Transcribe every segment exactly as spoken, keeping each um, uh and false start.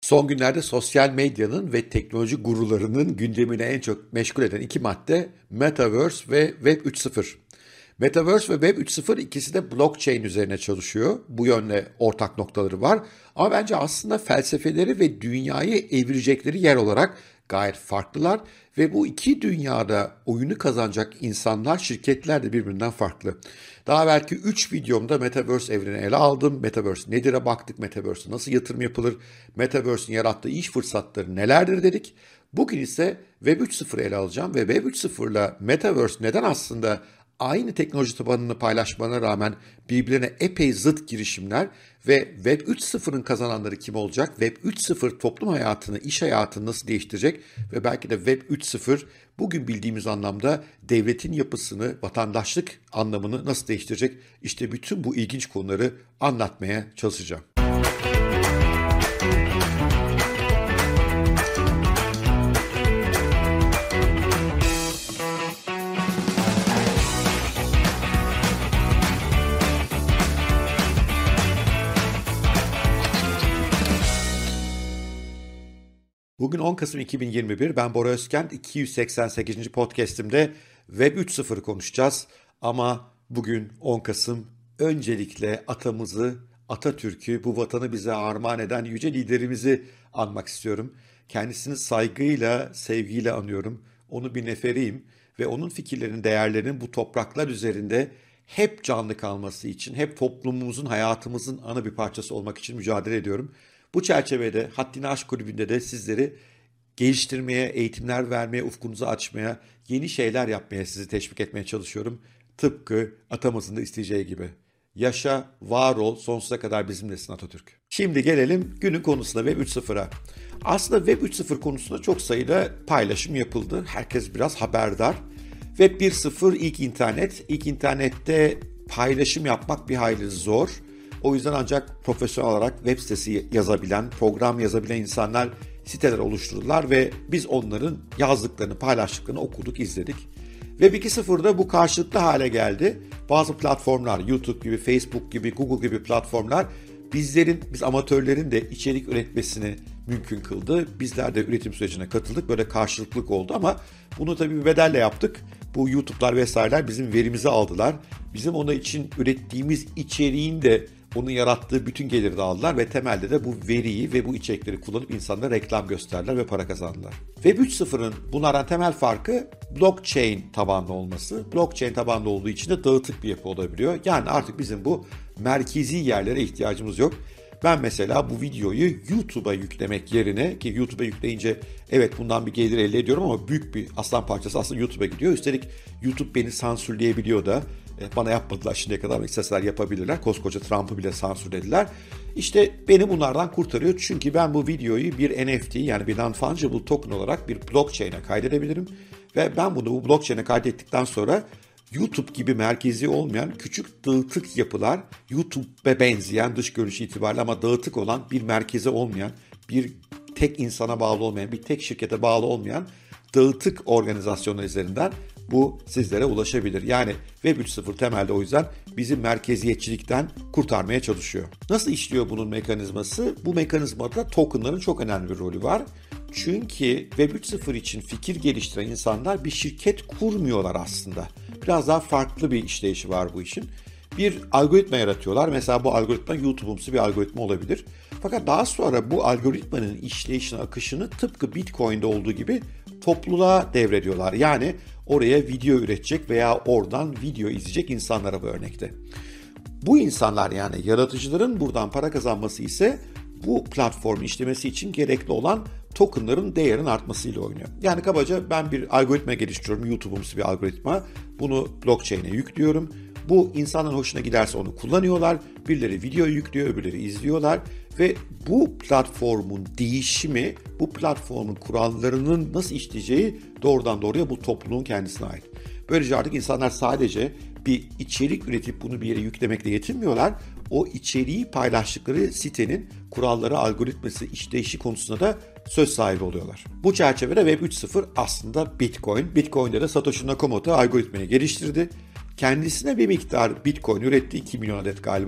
Son günlerde sosyal medyanın ve teknoloji gurularının gündemini en çok meşgul eden iki madde Metaverse ve Web üç nokta sıfır. Metaverse ve Web üç nokta sıfır ikisi de blockchain üzerine çalışıyor. Bu yönde ortak noktaları var. Ama bence aslında felsefeleri ve dünyayı evirecekleri yer olarak gayet farklılar. Ve bu iki dünyada oyunu kazanacak insanlar, şirketler de birbirinden farklı. Daha belki üç videomda Metaverse evreni ele aldım. Metaverse nedir'e baktık, Metaverse'e nasıl yatırım yapılır, Metaverse'in yarattığı iş fırsatları nelerdir dedik. Bugün ise Web üç nokta sıfırı ele alacağım ve Web üç nokta sıfır ile Metaverse neden aslında aynı teknoloji tabanını paylaşmana rağmen birbirlerine epey zıt girişimler ve Web üç nokta sıfırın kazananları kim olacak? Web üç nokta sıfır toplum hayatını, iş hayatını nasıl değiştirecek? Ve belki de Web üç nokta sıfır bugün bildiğimiz anlamda devletin yapısını, vatandaşlık anlamını nasıl değiştirecek? İşte bütün bu ilginç konuları anlatmaya çalışacağım. Bugün on Kasım iki bin yirmi bir, ben Bora Özkent, iki yüz seksen sekizinci podcast'imde Web üç nokta sıfır konuşacağız. Ama bugün on Kasım, öncelikle atamızı, Atatürk'ü, bu vatanı bize armağan eden yüce liderimizi anmak istiyorum. Kendisini saygıyla, sevgiyle anıyorum. Onu bir neferiyim ve onun fikirlerinin, değerlerinin bu topraklar üzerinde hep canlı kalması için, hep toplumumuzun, hayatımızın ana bir parçası olmak için mücadele ediyorum. Bu çerçevede Haddini Aşk Kulübü'nde de sizleri geliştirmeye, eğitimler vermeye, ufkunuzu açmaya, yeni şeyler yapmaya sizi teşvik etmeye çalışıyorum. Tıpkı atamızın da isteyeceği gibi. Yaşa, var ol, sonsuza kadar bizimlesin Atatürk. Şimdi gelelim günün konusuna, Web üç nokta sıfıra. Aslında Web üç nokta sıfır konusunda çok sayıda paylaşım yapıldı. Herkes biraz haberdar. Web bir nokta sıfır ilk internet. İlk internette paylaşım yapmak bir hayli zor. O yüzden ancak profesyonel olarak web sitesi yazabilen, program yazabilen insanlar siteler oluşturdular ve biz onların yazdıklarını, paylaştıklarını okuduk, izledik. Web iki nokta sıfırda bu karşılıklı hale geldi. Bazı platformlar, YouTube gibi, Facebook gibi, Google gibi platformlar bizlerin, biz amatörlerin de içerik üretmesini mümkün kıldı. Bizler de üretim sürecine katıldık. Böyle karşılıklık oldu ama bunu tabii bir bedelle yaptık. Bu YouTube'lar vesaireler bizim verimizi aldılar. Bizim ona için ürettiğimiz içeriğin de onun yarattığı bütün geliri de aldılar ve temelde de bu veriyi ve bu içerikleri kullanıp insanlara reklam gösterdiler ve para kazandılar. Web üç nokta sıfırın bunlardan temel farkı blockchain tabanlı olması. Blockchain tabanlı olduğu için de dağıtık bir yapı olabiliyor. Yani artık bizim bu merkezi yerlere ihtiyacımız yok. Ben mesela bu videoyu YouTube'a yüklemek yerine, ki YouTube'a yükleyince evet bundan bir gelir elde ediyorum ama büyük bir aslan parçası aslında YouTube'a gidiyor. Üstelik YouTube beni sansürleyebiliyor da. Bana yapmadılar şimdiye kadar ama isteseler yapabilirler. Koskoca Trump'ı bile sansürlediler. İşte beni bunlardan kurtarıyor. Çünkü ben bu videoyu bir N F T, yani bir non-fungible token olarak bir blockchain'e kaydedebilirim. Ve ben bunu bu blockchain'e kaydettikten sonra YouTube gibi merkezi olmayan küçük dağıtık yapılar, YouTube'a benzeyen dış görünüş itibariyle ama dağıtık olan, bir merkeze olmayan, bir tek insana bağlı olmayan, bir tek şirkete bağlı olmayan dağıtık organizasyonlar üzerinden bu sizlere ulaşabilir. Yani Web üç nokta sıfır temelde o yüzden bizi merkeziyetçilikten kurtarmaya çalışıyor. Nasıl işliyor bunun mekanizması? Bu mekanizmada tokenların çok önemli bir rolü var. Çünkü Web üç nokta sıfır için fikir geliştiren insanlar bir şirket kurmuyorlar aslında. Biraz daha farklı bir işleyişi var bu işin. Bir algoritma yaratıyorlar. Mesela bu algoritma YouTube'umsu bir algoritma olabilir. Fakat daha sonra bu algoritmanın işleyişini, akışını tıpkı Bitcoin'de olduğu gibi topluluğa devrediyorlar. Yani oraya video üretecek veya oradan video izleyecek insanlara bu örnekte. Bu insanlar, yani yaratıcıların buradan para kazanması ise bu platformun işlemesi için gerekli olan tokenların değerinin artmasıyla oynuyor. Yani kabaca ben bir algoritma geliştiriyorum, YouTube'umsu bir algoritma. Bunu blockchain'e yüklüyorum. Bu insanların hoşuna giderse onu kullanıyorlar. Birileri video yüklüyor, öbürleri izliyorlar. Ve bu platformun değişimi, bu platformun kurallarının nasıl işleyeceği doğrudan doğruya bu topluluğun kendisine ait. Böylece artık insanlar sadece bir içerik üretip bunu bir yere yüklemekle yetinmiyorlar. O içeriği paylaştıkları sitenin kuralları, algoritması, işleyişi konusunda da söz sahibi oluyorlar. Bu çerçevede Web üç nokta sıfır aslında Bitcoin. Bitcoin'de de Satoshi Nakamoto algoritmayı geliştirdi. Kendisine bir miktar Bitcoin üretti, iki milyon adet galiba.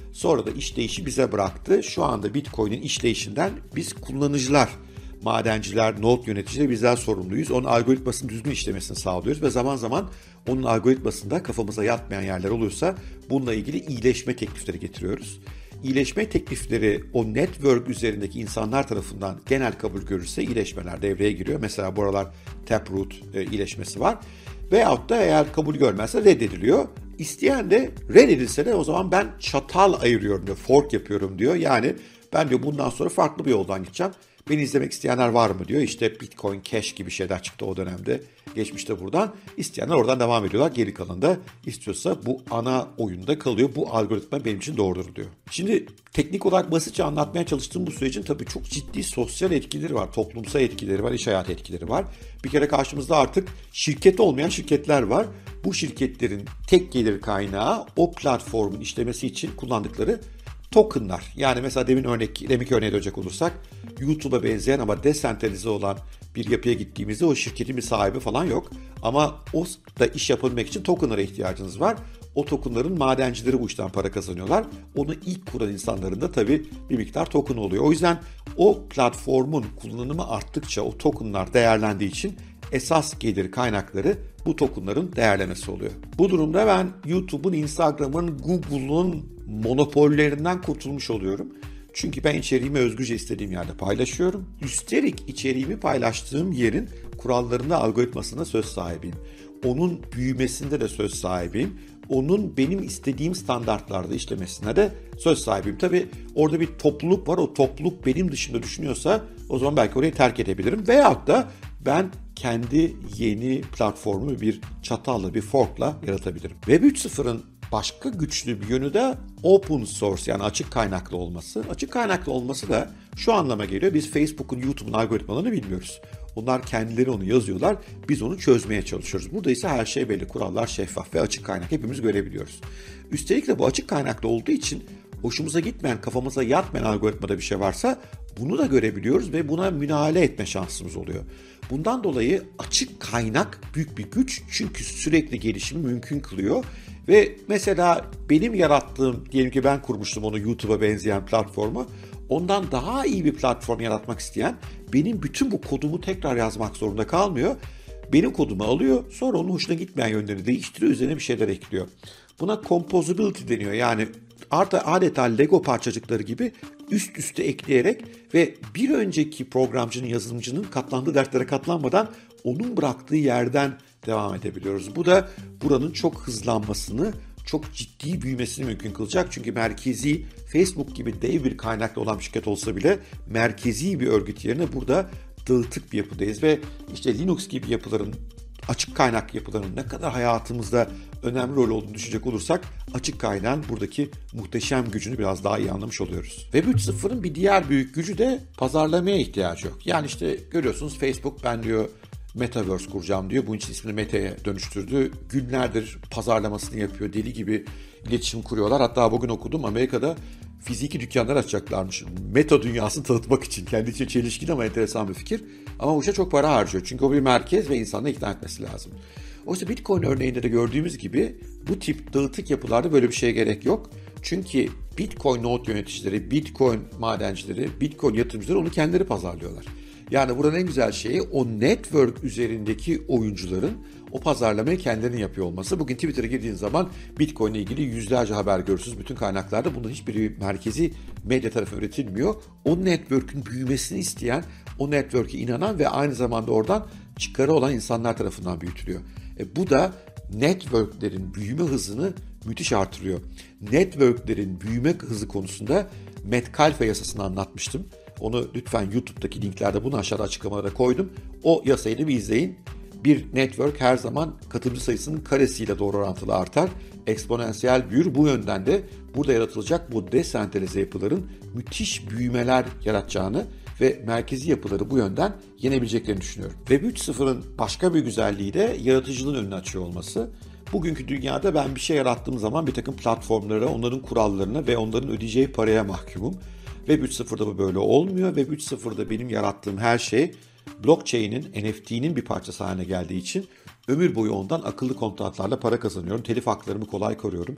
Sonra da işleyişi bize bıraktı. Şu anda Bitcoin'in işleyişinden biz kullanıcılar, madenciler, node yöneticileri bizler sorumluyuz. Onun algoritmasının düzgün işlemesini sağlıyoruz ve zaman zaman onun algoritmasında kafamıza yatmayan yerler olursa bununla ilgili iyileşme teklifleri getiriyoruz. İyileşme teklifleri o network üzerindeki insanlar tarafından genel kabul görürse iyileşmeler devreye giriyor. Mesela bu aralar Taproot e, iyileşmesi var. Veyahut da eğer kabul görmezse reddediliyor. İsteyen de reddedilse de o zaman ben çatal ayırıyorum diyor, fork yapıyorum diyor. Yani ben diyor bundan sonra farklı bir yoldan gideceğim. Beni izlemek isteyenler var mı diyor. İşte Bitcoin Cash gibi şeyler çıktı o dönemde. Geçmişte buradan. İsteyenler oradan devam ediyorlar. Geri kalan da istiyorsa bu ana oyunda kalıyor. Bu algoritma benim için doğrudur diyor. Şimdi teknik olarak basitçe anlatmaya çalıştığım bu sürecin tabii çok ciddi sosyal etkileri var. Toplumsal etkileri var. İş hayatı etkileri var. Bir kere karşımızda artık şirket olmayan şirketler var. Bu şirketlerin tek gelir kaynağı o platformun işlemesi için kullandıkları tokenlar. Yani mesela demin örnek, deminki örneğe dönecek olursak YouTube'a benzeyen ama desentralize olan bir yapıya gittiğimizde o şirketin bir sahibi falan yok. Ama o da iş yapabilmek için tokenlara ihtiyacınız var. O tokenların madencileri bu işten para kazanıyorlar. Onu ilk kuran insanların da tabii bir miktar token oluyor. O yüzden o platformun kullanımı arttıkça o tokenlar değerlendiği için esas gelir kaynakları bu tokenların değerlemesi oluyor. Bu durumda ben YouTube'un, Instagram'ın, Google'un monopollerinden kurtulmuş oluyorum. Çünkü ben içeriğimi özgürce istediğim yerde paylaşıyorum. Üstelik içeriğimi paylaştığım yerin kurallarında, algoritmasında söz sahibiyim. Onun büyümesinde de söz sahibiyim. Onun benim istediğim standartlarda işlemesine de söz sahibiyim. Tabii orada bir topluluk var. O topluluk benim dışımda düşünüyorsa o zaman belki orayı terk edebilirim. Veyahut da ben kendi yeni platformu bir çatalla, bir forkla yaratabilirim. Web üç nokta sıfırın başka güçlü bir yönü de open source, yani açık kaynaklı olması. Açık kaynaklı olması da şu anlama geliyor. Biz Facebook'un, YouTube'un algoritmalarını bilmiyoruz. Onlar kendileri onu yazıyorlar. Biz onu çözmeye çalışıyoruz. Burada ise her şey belli. Kurallar şeffaf ve açık kaynak. Hepimiz görebiliyoruz. Üstelik de bu açık kaynaklı olduğu için hoşumuza gitmeyen, kafamıza yatmayan algoritmada bir şey varsa bunu da görebiliyoruz ve buna müdahale etme şansımız oluyor. Bundan dolayı açık kaynak büyük bir güç, çünkü sürekli gelişimi mümkün kılıyor. Ve mesela benim yarattığım, diyelim ki ben kurmuştum onu, YouTube'a benzeyen platformu. Ondan daha iyi bir platform yaratmak isteyen benim bütün bu kodumu tekrar yazmak zorunda kalmıyor. Benim kodumu alıyor, sonra onun hoşuna gitmeyen yönlerini değiştiriyor, üzerine bir şeyler ekliyor. Buna composability deniyor. Yani artı adeta Lego parçacıkları gibi üst üste ekleyerek ve bir önceki programcının, yazılımcının katlandığı dertlere katlanmadan onun bıraktığı yerden devam edebiliyoruz. Bu da buranın çok hızlanmasını, çok ciddi büyümesini mümkün kılacak. Çünkü merkezi, Facebook gibi dev bir kaynaklı olan bir şirket olsa bile merkezi bir örgüt yerine burada dağıtık bir yapıdayız ve işte Linux gibi yapıların, açık kaynak yapılarının ne kadar hayatımızda önemli rol olduğunu düşünecek olursak açık kaynağın buradaki muhteşem gücünü biraz daha iyi anlamış oluyoruz. Web üç nokta sıfırın bir diğer büyük gücü de pazarlamaya ihtiyacı yok. Yani işte görüyorsunuz Facebook, ben diyor Metaverse kuracağım diyor. Bunun için ismini Meta'ya dönüştürdü. Günlerdir pazarlamasını yapıyor. Deli gibi iletişim kuruyorlar. Hatta bugün okudum, Amerika'da fiziki dükkanlar açacaklarmış. Meta dünyasını tanıtmak için. Kendi için çelişkili ama enteresan bir fikir. Ama bu işe çok para harcıyor. Çünkü o bir merkez ve insanları ikna etmesi lazım. Oysa Bitcoin örneğinde de gördüğümüz gibi bu tip dağıtık yapılarda böyle bir şeye gerek yok. Çünkü Bitcoin node yöneticileri, Bitcoin madencileri, Bitcoin yatırımcıları onu kendileri pazarlıyorlar. Yani buranın en güzel şeyi o network üzerindeki oyuncuların o pazarlamayı kendilerinin yapıyor olması. Bugün Twitter'a girdiğiniz zaman Bitcoin ile ilgili yüzlerce haber görürsünüz. Bütün kaynaklarda bunun hiçbiri merkezi medya tarafından üretilmiyor. O network'ün büyümesini isteyen, o network'e inanan ve aynı zamanda oradan çıkarı olan insanlar tarafından büyütülüyor. E bu da network'lerin büyüme hızını müthiş artırıyor. Network'lerin büyüme hızı konusunda Metcalfe yasasını anlatmıştım. Onu lütfen YouTube'daki linklerde, bunu aşağıda açıklamalara koydum. O yasayı da bir izleyin. Bir network her zaman katılımcı sayısının karesiyle doğru orantılı artar. Eksponansiyel büyür. Bu yönden de burada yaratılacak bu desentralize yapıların müthiş büyümeler yaratacağını ve merkezi yapıları bu yönden yenebileceklerini düşünüyorum. Web üç nokta sıfırın başka bir güzelliği de yaratıcılığın önünü açıyor olması. Bugünkü dünyada ben bir şey yarattığım zaman bir takım platformlara, onların kurallarına ve onların ödeyeceği paraya mahkumum. Web üç nokta sıfırda bu böyle olmuyor. Web üç nokta sıfırda benim yarattığım her şey blockchain'in, N F T'nin bir parçası haline geldiği için ömür boyu ondan akıllı kontratlarla para kazanıyorum. Telif haklarımı kolay koruyorum.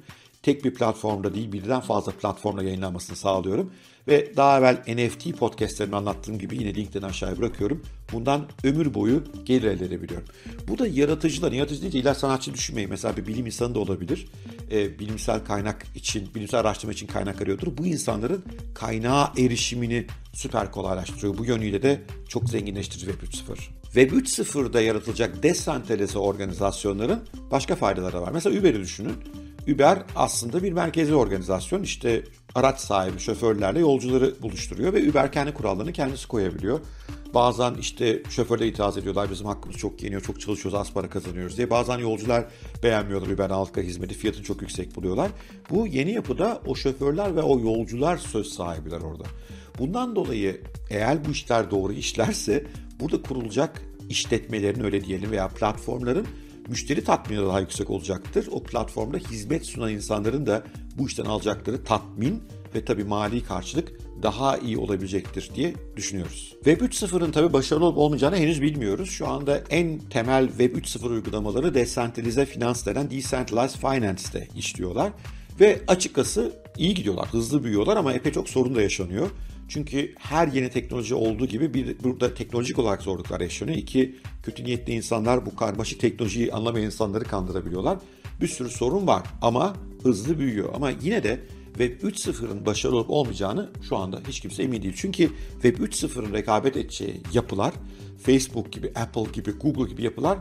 tek bir platformda değil birden fazla platformda yayınlanmasını sağlıyorum. Ve daha evvel N F T podcastlerimi anlattığım gibi yine linkten aşağıya bırakıyorum. Bundan ömür boyu gelir elde edebiliyorum. Bu da yaratıcılar, yaratıcı deyince illa sanatçı düşünmeyin. Mesela bir bilim insanı da olabilir. E, bilimsel kaynak için, bilimsel araştırma için kaynak arıyordur. Bu insanların kaynağa erişimini süper kolaylaştırıyor. Bu yönüyle de çok zenginleştirici Web üç nokta sıfır. Web üç nokta sıfırda yaratılacak desantralize organizasyonların başka faydaları var. Mesela Uber'i düşünün. Uber aslında bir merkezi organizasyon. İşte araç sahibi şoförlerle yolcuları buluşturuyor ve Uber kendi kurallarını kendisi koyabiliyor. Bazen işte şoförler itiraz ediyorlar, bizim hakkımız çok yeniyor, çok çalışıyoruz, az para kazanıyoruz diye. Bazen yolcular beğenmiyorlar Uber'in halka hizmeti, fiyatını çok yüksek buluyorlar. Bu yeni yapıda o şoförler ve o yolcular söz sahibiler orada. Bundan dolayı eğer bu işler doğru işlerse burada kurulacak işletmelerin öyle diyelim veya platformların müşteri tatmini daha yüksek olacaktır. O platformda hizmet sunan insanların da bu işten alacakları tatmin ve tabii mali karşılık daha iyi olabilecektir diye düşünüyoruz. Web üç nokta sıfırın tabii başarılı olup olmayacağını henüz bilmiyoruz. Şu anda en temel Web üç nokta sıfır uygulamaları desentralize finans denen Decentralized Finance'de işliyorlar. Ve açıkçası iyi gidiyorlar, hızlı büyüyorlar ama epey çok sorun da yaşanıyor. Çünkü her yeni teknoloji olduğu gibi bir burada teknolojik olarak zorluklar yaşanıyor. İki, kötü niyetli insanlar bu karmaşık teknolojiyi anlamayan insanları kandırabiliyorlar. Bir sürü sorun var ama hızlı büyüyor. Ama yine de Web üç nokta sıfırın başarılı olup olmayacağını şu anda hiç kimse emin değil. Çünkü Web üç nokta sıfırın rekabet edeceği yapılar, Facebook gibi, Apple gibi, Google gibi yapılar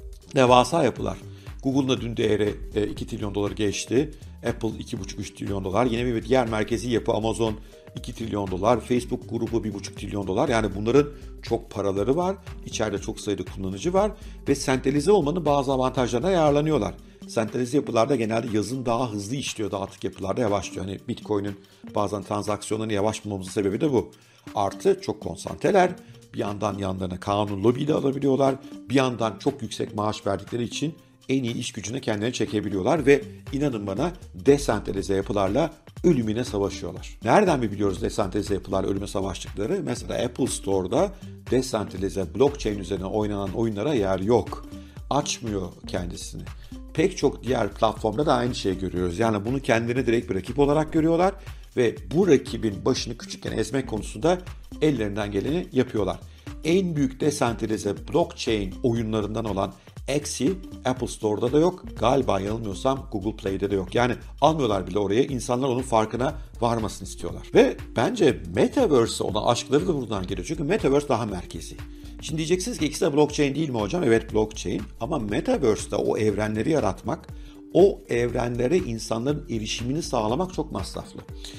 devasa yapılar. Google'ın da dün değeri iki trilyon doları geçti. Apple iki buçuk üç trilyon dolar. Yine bir diğer merkezi yapı Amazon iki trilyon dolar. Facebook grubu bir buçuk trilyon dolar. Yani bunların çok paraları var. İçeride çok sayıda kullanıcı var. Ve sentralize olmanın bazı avantajlarına yararlanıyorlar. Sentralize yapılarda genelde yazın daha hızlı işliyor. Dağıtık yapılarda yavaşlıyor. Hani Bitcoin'in bazen transaksiyonlarını yavaş bulmamızın sebebi de bu. Artı çok konsantreler. Bir yandan yanlarına kanun lobiyle alabiliyorlar. Bir yandan çok yüksek maaş verdikleri için en iyi iş gücüne kendilerini çekebiliyorlar ve inanın bana desentralize yapılarla ölümüne savaşıyorlar. Nereden mi biliyoruz desentralize yapılarla ölüme savaştıkları? Mesela Apple Store'da desentralize blockchain üzerine oynanan oyunlara yer yok. Açmıyor kendisini. Pek çok diğer platformda da aynı şeyi görüyoruz. Yani bunu kendilerine direkt bir rakip olarak görüyorlar ve bu rakibin başını küçükken ezmek konusunda ellerinden geleni yapıyorlar. En büyük desentralize blockchain oyunlarından olan Axie Apple Store'da da yok. Galiba yanılmıyorsam Google Play'de de yok. Yani almıyorlar bile oraya. İnsanlar onun farkına varmasını istiyorlar. Ve bence Metaverse'e olan aşkları da buradan geliyor. Çünkü Metaverse daha merkezi. Şimdi diyeceksiniz ki ikisi de blockchain değil mi hocam? Evet blockchain. Ama Metaverse'de o evrenleri yaratmak, o evrenlere insanların erişimini sağlamak çok masraflı.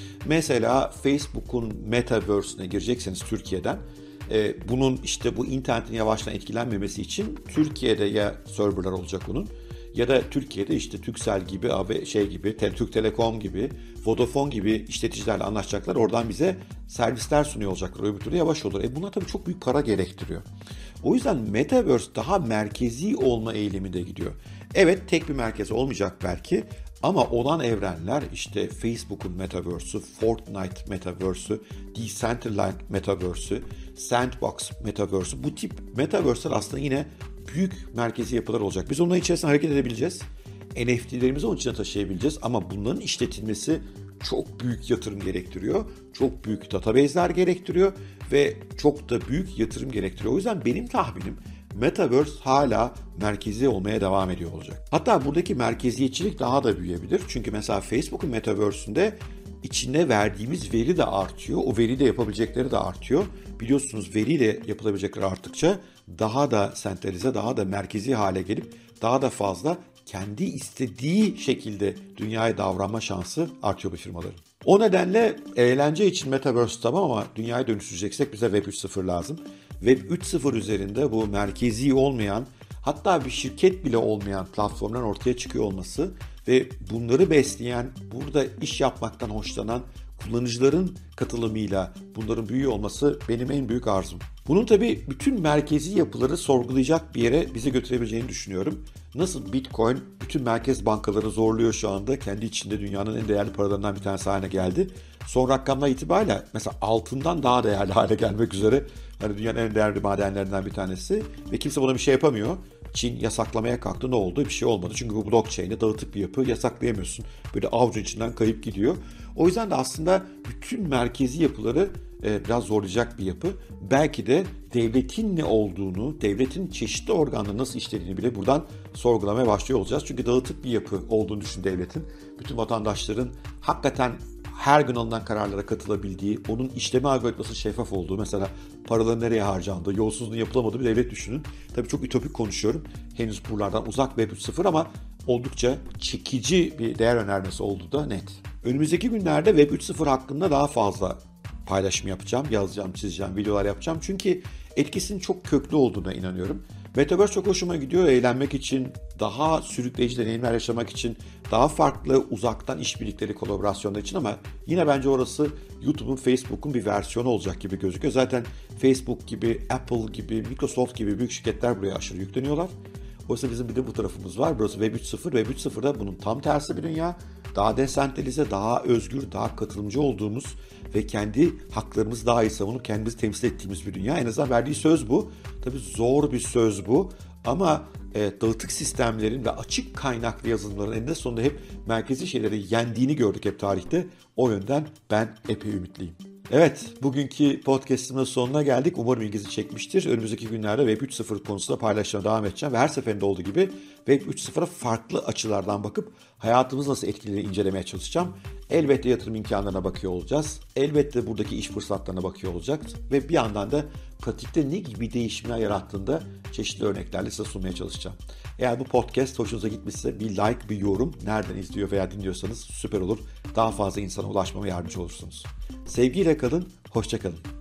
Mesela Facebook'un Metaverse'ine girecekseniz Türkiye'den, Ee, bunun işte bu internetin yavaştan etkilenmemesi için Türkiye'de ya serverlar olacak onun ya da Türkiye'de işte Turkcell gibi, şey gibi, Türk Telekom gibi, Vodafone gibi işleticilerle anlaşacaklar. Oradan bize servisler sunuyor olacaklar. Öbür türlü yavaş olur. E buna tabii çok büyük para gerektiriyor. O yüzden Metaverse daha merkezi olma eğiliminde gidiyor. Evet tek bir merkez olmayacak belki. Ama olan evrenler işte Facebook'un Metaverse'ü, Fortnite Metaverse'ü, Decentraland Metaverse'ü, Sandbox Metaverse'ü, bu tip Metaverse'ler aslında yine büyük merkezi yapılar olacak. Biz onların içerisinde hareket edebileceğiz. N F T'lerimizi onun içine taşıyabileceğiz ama bunların işletilmesi çok büyük yatırım gerektiriyor. Çok büyük database'ler gerektiriyor ve çok da büyük yatırım gerektiriyor. O yüzden benim tahminim Metaverse hala merkezi olmaya devam ediyor olacak. Hatta buradaki merkeziyetçilik daha da büyüyebilir. Çünkü mesela Facebook'un Metaverse'ünde içine verdiğimiz veri de artıyor. O veriyle yapabilecekleri de artıyor. Biliyorsunuz veriyle yapılabilecekleri arttıkça daha da sentralize, daha da merkezi hale gelip daha da fazla kendi istediği şekilde dünyaya davranma şansı artıyor bu firmaların. O nedenle eğlence için Metaverse tamam ama dünyayı dönüştüreceksek bize Web üç nokta sıfır lazım. Web üç nokta sıfır üzerinde bu merkezi olmayan, hatta bir şirket bile olmayan platformların ortaya çıkıyor olması ve bunları besleyen, burada iş yapmaktan hoşlanan kullanıcıların katılımıyla bunların büyüyor olması benim en büyük arzum. Bunun tabii bütün merkezi yapıları sorgulayacak bir yere bizi götürebileceğini düşünüyorum. Nasıl Bitcoin bütün merkez bankaları zorluyor şu anda, kendi içinde dünyanın en değerli paralarından bir tanesi haline geldi. Son rakamlar itibariyle mesela altından daha değerli hale gelmek üzere. Hani dünyanın en değerli madenlerinden bir tanesi ve kimse buna bir şey yapamıyor. Çin yasaklamaya kalktı. Ne oldu? Bir şey olmadı. Çünkü bu blockchain'e dağıtık bir yapı, yasaklayamıyorsun. Böyle avucun içinden kayıp gidiyor. O yüzden de aslında bütün merkezi yapıları e, biraz zorlayacak bir yapı. Belki de devletin ne olduğunu, devletin çeşitli organları nasıl işlediğini bile buradan sorgulamaya başlıyor olacağız. Çünkü dağıtık bir yapı olduğunu düşün devletin. Bütün vatandaşların hakikaten her gün alınan kararlara katılabildiği, onun işleme algoritması şeffaf olduğu, mesela paraların nereye harcandığı, yolsuzluğun yapılamadığı bir devlet düşünün. Tabii çok ütopik konuşuyorum. Henüz buralardan uzak Web üç nokta sıfır ama oldukça çekici bir değer önermesi olduğu da net. Önümüzdeki günlerde Web üç nokta sıfır hakkında daha fazla paylaşım yapacağım, yazacağım, çizeceğim, videolar yapacağım. Çünkü etkisinin çok köklü olduğuna inanıyorum. Metaverse çok hoşuma gidiyor. Eğlenmek için, daha sürükleyici deneyimler yaşamak için, daha farklı uzaktan işbirlikleri, kolaborasyonlar için ama yine bence orası YouTube'un, Facebook'un bir versiyonu olacak gibi gözüküyor. Zaten Facebook gibi, Apple gibi, Microsoft gibi büyük şirketler buraya aşırı yükleniyorlar. Oysa bizim bir de bu tarafımız var. Burası Web üç nokta sıfır. Web üç nokta sıfırda bunun tam tersi bir dünya. Daha desentralize, daha özgür, daha katılımcı olduğumuz ve kendi haklarımızı daha iyi savunup kendimizi temsil ettiğimiz bir dünya. En azından verdiği söz bu. Tabii zor bir söz bu ama e, dağıtık sistemlerin ve açık kaynaklı yazılımların eninde sonunda hep merkezi şeyleri yendiğini gördük hep tarihte. O yönden ben epey ümitliyim. Evet, bugünkü podcast'ımın sonuna geldik. Umarım ilginizi çekmiştir. Önümüzdeki günlerde Web üç nokta sıfır konusunda paylaşmaya devam edeceğim. Ve her seferinde olduğu gibi Web üç nokta sıfıra farklı açılardan bakıp hayatımızı nasıl etkilediğini incelemeye çalışacağım. Elbette yatırım imkanlarına bakıyor olacağız. Elbette buradaki iş fırsatlarına bakıyor olacak. Ve bir yandan da pratikte ne gibi değişimler yarattığında çeşitli örneklerle size sunmaya çalışacağım. Eğer bu podcast hoşunuza gitmişse bir like, bir yorum, nereden izliyor veya dinliyorsanız süper olur. Daha fazla insana ulaşmama yardımcı olursunuz. Sevgiyle kalın, hoşça kalın.